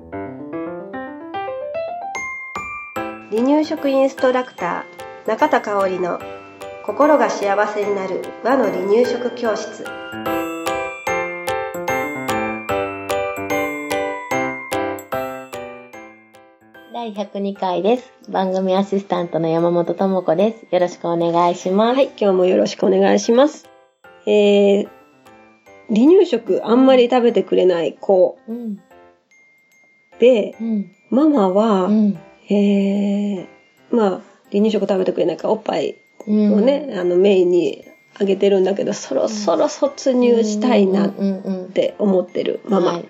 離乳食インストラクター中田香織の心が幸せになる和の離乳食教室。 第102回です。番組アシスタントの山本智子です。よろしくお願いします。 はい、今日もよろしくお願いします。離乳食あんまり食べてくれない子で、ママは、離乳食食べてくれないからおっぱいをね、メインにあげてるんだけど、そろそろ卒乳したいなって思ってるママ。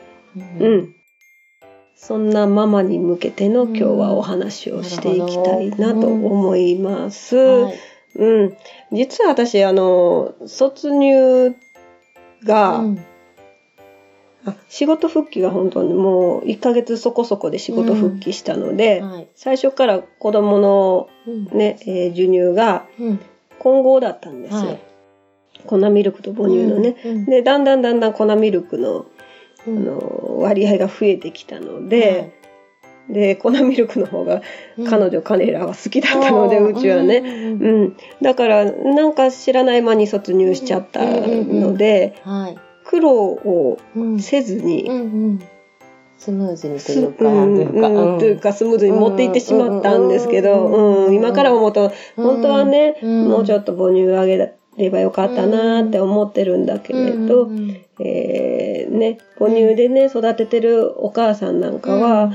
そんなママに向けての今日はお話をしていきたいなと思います。実は私、卒乳が、仕事復帰が本当にもう1ヶ月そこそこで仕事復帰したので、最初から子供のね、授乳が混合だったんですよ。粉ミルクと母乳のね。で、だんだん粉ミルクの割合が増えてきたので、で、粉ミルクの方が彼らは好きだったので、うちはね。だから、なんか知らない間に卒乳しちゃったので、苦労をせずに、 スムーズにというか、 スムーズに持っていってしまったんですけど、今から思うと、本当はね、もうちょっと母乳あげればよかったなって思ってるんだけれど、母乳でね、育ててるお母さんなんかは、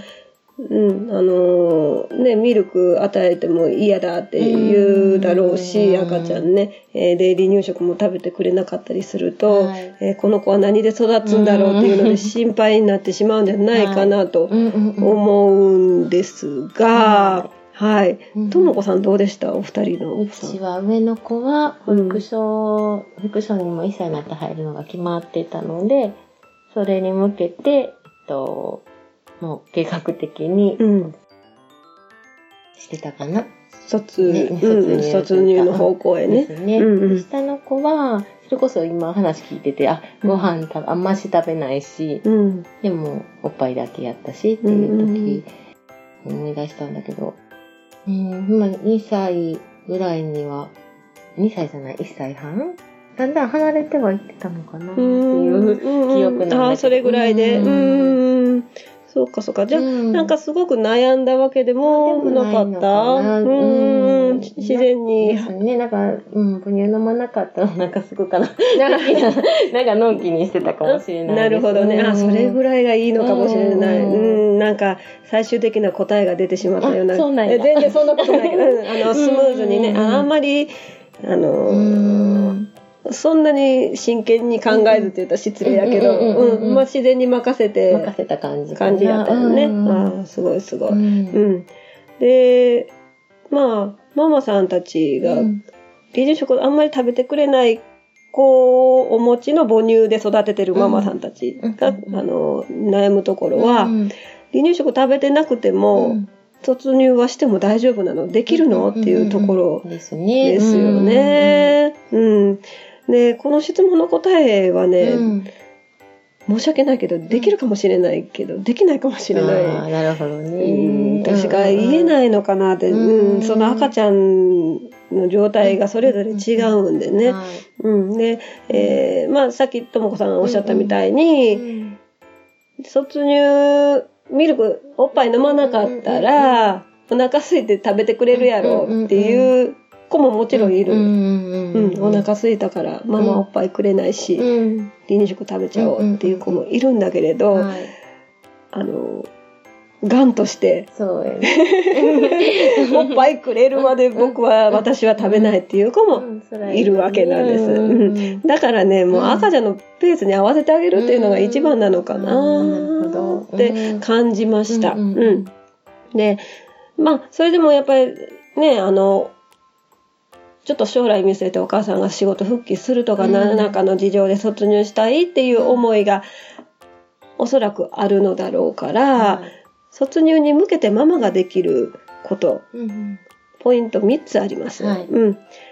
ミルク与えても嫌だって言うだろうし、赤ちゃんね、で、離乳食も食べてくれなかったりすると、この子は何で育つんだろうっていうので心配になってしまうんじゃないかなと思うんですが、ともこさんどうでした？お二人のうちは上の子は保育所にも1歳になって入るのが決まってたので、それに向けて、もう計画的にしてたかな。 卒乳の方向へね。 下の子は、それこそ今話聞いてて、ご飯あんまし食べないし、でもおっぱいだけやったしっていう時思い出したんだけど、2歳ぐらいには、2歳じゃない、1歳半だんだん離れてはいってたのかなっていう記憶なんだけど。 それぐらいで。そうかそうか。じゃあ、なんかすごく悩んだわけでもなかった？自然に。 ですね。なんか、母乳飲まなかったらなんかすぐかな。なんかのんきにしてたかもしれない。 なるほどね。それぐらいがいいのかもしれない。なんか、最終的な答えが出てしまったような。 そうなんや。 全然そんなことないけど、スムーズにね、あんまり、そんなに真剣に考えずって言ったら失礼やけど、自然に任せた感じだったよね。すごいすごい。で、ママさんたちが、離乳食あんまり食べてくれない子をお持ちの母乳で育ててるママさんたちが、悩むところは、離乳食食べてなくても、卒乳はしても大丈夫なの？できるの？っていうところですよね。で、この質問の答えはね、申し訳ないけど、できるかもしれないけど、できないかもしれない。 なるほどね。 私が言えないのかなって、その赤ちゃんの状態がそれぞれ違うんでね。で、さっきともこさんがおっしゃったみたいに、卒乳、ミルク、おっぱい飲まなかったら、お腹空いて食べてくれるやろっていう子ももちろんいる。お腹空いたからママおっぱいくれないし、離乳食食べちゃおうっていう子もいるんだけれど、ガンとして、おっぱいくれるまで私は食べないっていう子もいるわけなんです。だからね、もう赤ちゃんのペースに合わせてあげるっていうのが一番なのかなって感じました。で、それでもやっぱりね、ちょっと将来見据えてお母さんが仕事復帰するとか何らかの事情で卒乳したいっていう思いがおそらくあるのだろうから、卒乳に向けてママができること、ポイント3つあります。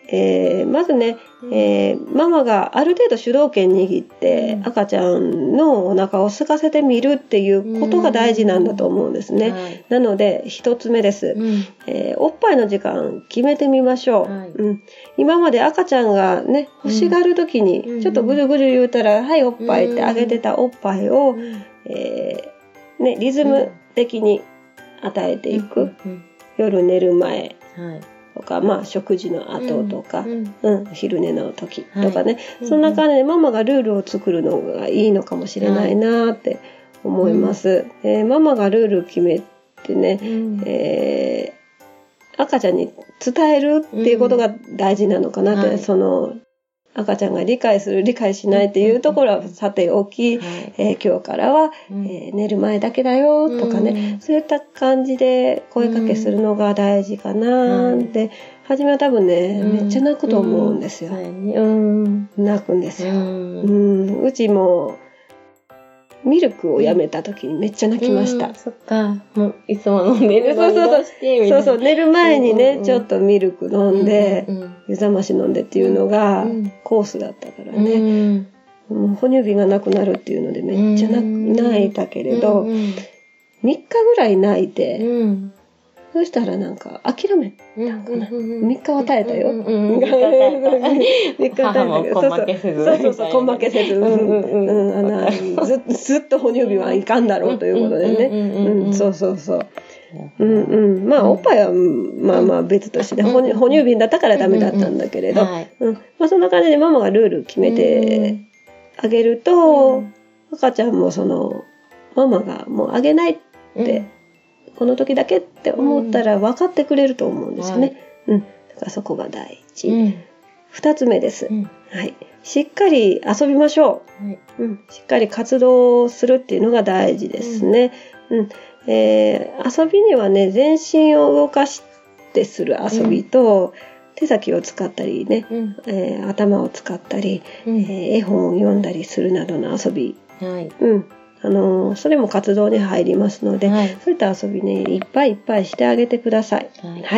まずね、ママがある程度主導権握って赤ちゃんのお腹を空かせてみるっていうことが大事なんだと思うんですね。はい、なので一つ目です、おっぱいの時間決めてみましょう。はい、今まで赤ちゃんがね欲しがる時にちょっとぐるぐる言うたら、はいおっぱいってあげてたおっぱいを、リズム的に与えていく。夜寝る前。はいとか、食事の後とか、昼寝の時とかね、そんな感じでママがルールを作るのがいいのかもしれないなって思います。ママがルール決めてね、赤ちゃんに伝えるっていうことが大事なのかなって、その赤ちゃんが理解する理解しないっていうところはさておき、今日からは、寝る前だけだよとかね、そういった感じで声かけするのが大事かなって、初めは多分ね、めっちゃ泣くと思うんですよ。泣くんですよ。うちもミルクをやめた時にめっちゃ泣きました。 そっか。もういつも飲んでるのに出してみたいな。 そう、寝る前にね、ちょっとミルク飲んで、湯冷まし飲んでっていうのがコースだったからね。哺乳瓶がなくなるっていうのでめっちゃ泣いたけれど、3日ぐらい泣いて、そしたらなんか諦めたんかな。3日は耐えたよ。3日は耐えたけど、そう、根負けせず。ずっと哺乳瓶はいかんだろうということでね。そう。おっぱいは別として、哺乳瓶だったからダメだったんだけれど、そんな感じでママがルール決めてあげると、赤ちゃんもママがもうあげないって、この時だけって思ったら分かってくれると思うんですよね。だからそこが第一。2つ目です。はい。しっかり遊びましょう。しっかり活動するっていうのが大事ですね。遊びにはね、全身を動かしてする遊びと、手先を使ったりね、頭を使ったり、絵本を読んだりするなどの遊び。それも活動に入りますので、そういった遊びね、いっぱいしてあげてください。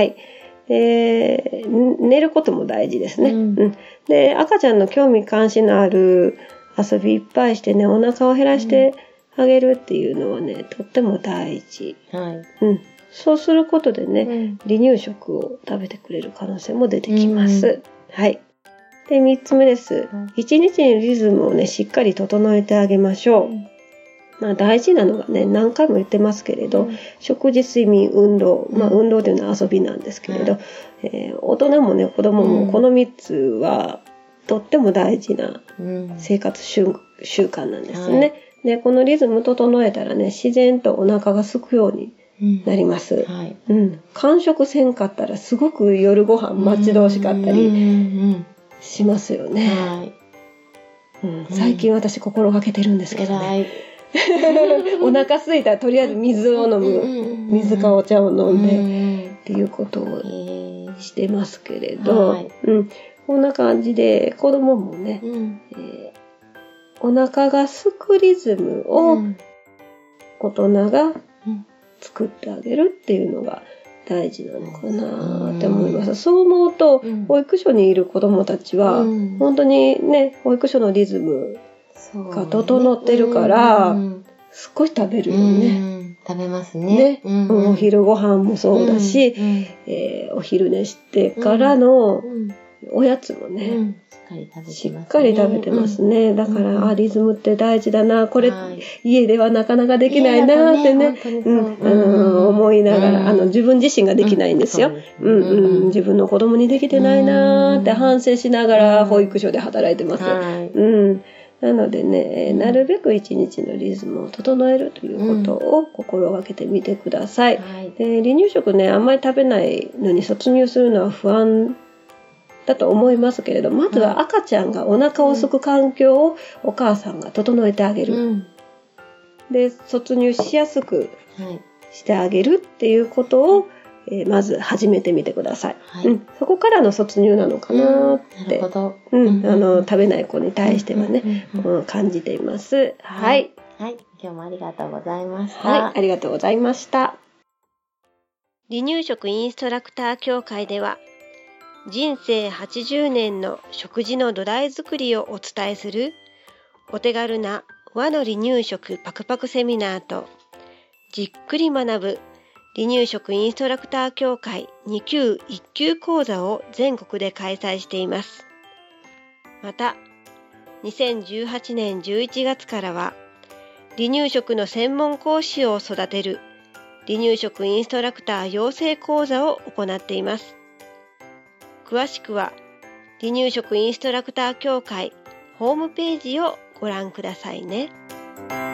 寝ることも大事ですね。で、赤ちゃんの興味関心のある遊びいっぱいしてね、お腹を減らしてあげるっていうのはね、とっても大事。そうすることでね、離乳食を食べてくれる可能性も出てきます。で、3つ目です。1日のリズムをね、しっかり整えてあげましょう。大事なのがね、何回も言ってますけれど、食事、睡眠、運動。運動というのは遊びなんですけれど、大人もね、子供もこの3つはとっても大事な生活習慣なんですね。で、このリズム整えたらね、自然とお腹が空くようになります。間食せんかったらすごく夜ご飯待ち遠しかったりしますよね。最近私心がけてるんですけどね。お腹空いたらとりあえず水を飲む、水かお茶を飲んでっていうことをしてますけれど、こんな感じで子供もね、お腹がすくリズムを大人が作ってあげるっていうのが大事なのかなって思います。そう思うと、保育所にいる子供たちは本当にね、保育所のリズムが整ってるから、すっごい食べるよね。 食べますね。 お昼ご飯もそうだし、お昼寝してからのおやつもね、しっかり食べてますね。だから、リズムって大事だな。これ、家ではなかなかできないなってね、思いながら、自分自身ができないんですよ。自分の子供にできてないなって反省しながら保育所で働いてます。なのでね、なるべく一日のリズムを整えるということを心がけてみてください。で、離乳食ね、あんまり食べないのに卒乳するのは不安だと思いますけれど、まずは赤ちゃんがお腹をすく環境をお母さんが整えてあげる。で、卒乳しやすくしてあげるっていうことを、まず始めてみてください。そこからの卒乳なのかなって、食べない子に対してはね、感じています。 はい。今日もありがとうございました。 ありがとうございました。離乳食インストラクター協会では、 人生80年の食事の土台作りをお伝えするお手軽な和の離乳食パクパクセミナーと、じっくり学ぶ離乳食インストラクター協会2級1級講座を全国で開催しています。また、2018年11月からは離乳食の専門講師を育てる離乳食インストラクター養成講座を行っています。詳しくは離乳食インストラクター協会ホームページをご覧くださいね。